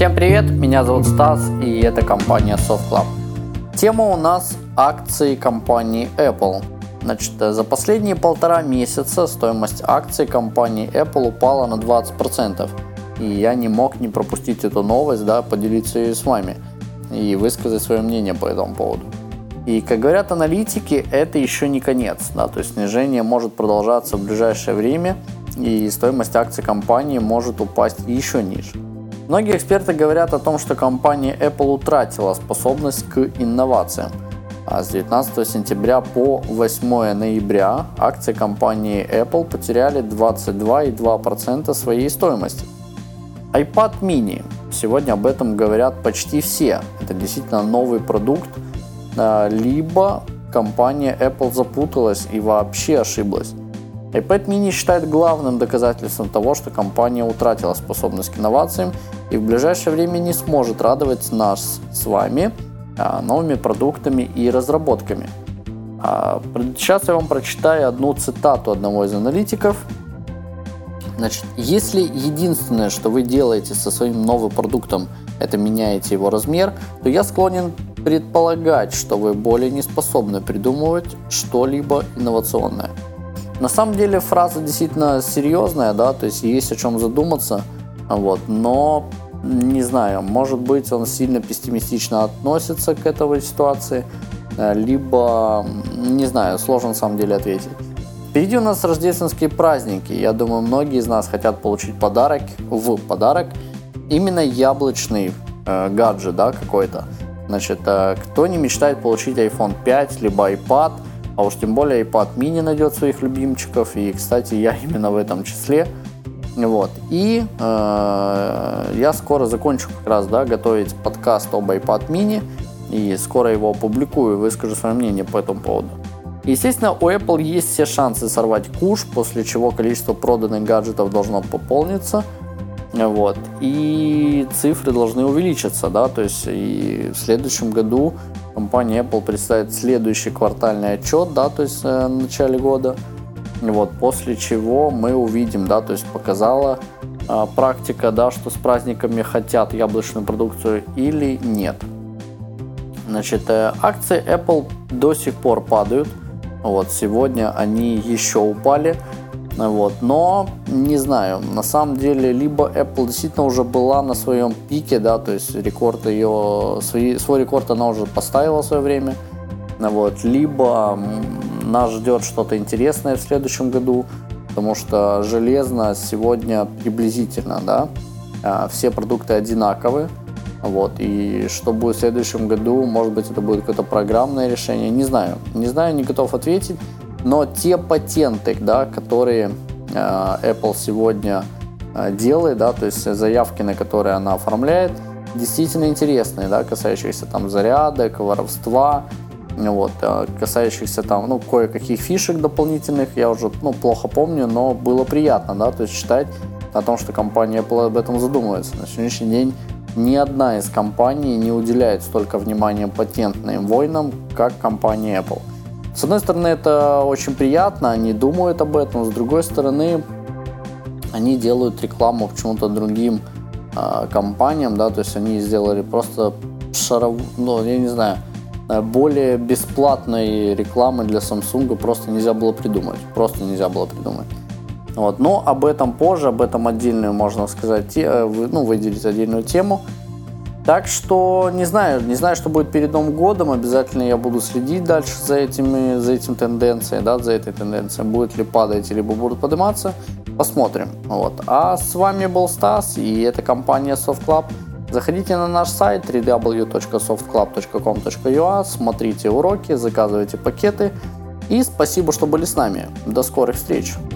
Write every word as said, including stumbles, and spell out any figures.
Всем привет, меня зовут Стас, и это компания SoftClub. Тема у нас акции компании Apple. Значит, за последние полтора месяца стоимость акций компании Apple упала на двадцать процентов. И я не мог не пропустить эту новость, да, поделиться ее с вами и высказать свое мнение по этому поводу. И, как говорят аналитики, это еще не конец, да, то есть снижение может продолжаться в ближайшее время, и стоимость акций компании может упасть еще ниже. Многие эксперты говорят о том, что компания Apple утратила способность к инновациям. А с девятнадцатого сентября по восьмое ноября акции компании Apple потеряли двадцать два и два десятых процента своей стоимости. iPad mini. Сегодня об этом говорят почти все. Это действительно новый продукт. Либо компания Apple запуталась и вообще ошиблась. iPad mini считает главным доказательством того, что компания утратила способность к инновациям и в ближайшее время не сможет радовать нас с вами новыми продуктами и разработками. Сейчас я вам прочитаю одну цитату одного из аналитиков. Значит, если единственное, что вы делаете со своим новым продуктом, это меняете его размер, то я склонен предполагать, что вы более не способны придумывать что-либо инновационное. На самом деле фраза действительно серьезная, да, то есть есть о чем задуматься, вот, но не знаю, может быть он сильно пессимистично относится к этой ситуации, либо, не знаю, сложно на самом деле ответить. Впереди у нас рождественские праздники, я думаю, многие из нас хотят получить подарок, в подарок именно яблочный э, гаджет, да, какой-то. Значит, э, кто не мечтает получить айфон пять, либо iPad, а уж тем более iPad mini найдет своих любимчиков, и, кстати, я именно в этом числе. Вот. И э, я скоро закончу как раз, да, готовить подкаст об iPad mini, и скоро его опубликую, выскажу свое мнение по этому поводу. Естественно, у Apple есть все шансы сорвать куш, после чего количество проданных гаджетов должно пополниться. Вот. И цифры должны увеличиться, да, то есть и в следующем году компания Apple представит следующий квартальный отчет, да, то есть э, в начале года, вот, после чего мы увидим, да, то есть показала э, практика, да, что с праздниками хотят яблочную продукцию или нет. Значит, э, акции Apple до сих пор падают, вот, сегодня они еще упали. Вот. Но не знаю, на самом деле, либо Apple действительно уже была на своем пике, да, то есть рекорд ее, свой, свой рекорд она уже поставила в свое время, вот, либо нас ждет что-то интересное в следующем году, потому что железно сегодня приблизительно, да, все продукты одинаковы, вот, и что будет в следующем году, может быть, это будет какое-то программное решение, не знаю, не знаю, не готов ответить. Но те патенты, да, которые э, Apple сегодня э, делает, да, то есть заявки, на которые она оформляет, действительно интересные, да, касающиеся там зарядок, воровства, вот, э, касающихся там, ну, кое-каких фишек дополнительных, я уже, ну, плохо помню, но было приятно, да, то есть читать о том, что компания Apple об этом задумывается. На сегодняшний день ни одна из компаний не уделяет столько внимания патентным войнам, как компания Apple. С одной стороны, это очень приятно, они думают об этом, с другой стороны, они делают рекламу почему-то другим э, компаниям, да, то есть они сделали просто шаров, ну, я не знаю, более бесплатной рекламы для Samsung просто нельзя было придумать, просто нельзя было придумать. Вот, но об этом позже, об этом отдельную, можно сказать, те, ну, выделить отдельную тему. Так что не знаю, не знаю, что будет перед Новым годом. Обязательно я буду следить дальше за этими, за этим тенденцией, да, за этой тенденцией. Будет ли падать, либо будут подниматься. Посмотрим. Вот. А с вами был Стас, и это компания SoftClub. Заходите на наш сайт дабл ю дабл ю дабл ю точка софтклаб точка ком точка ю а, смотрите уроки, заказывайте пакеты. И спасибо, что были с нами. До скорых встреч!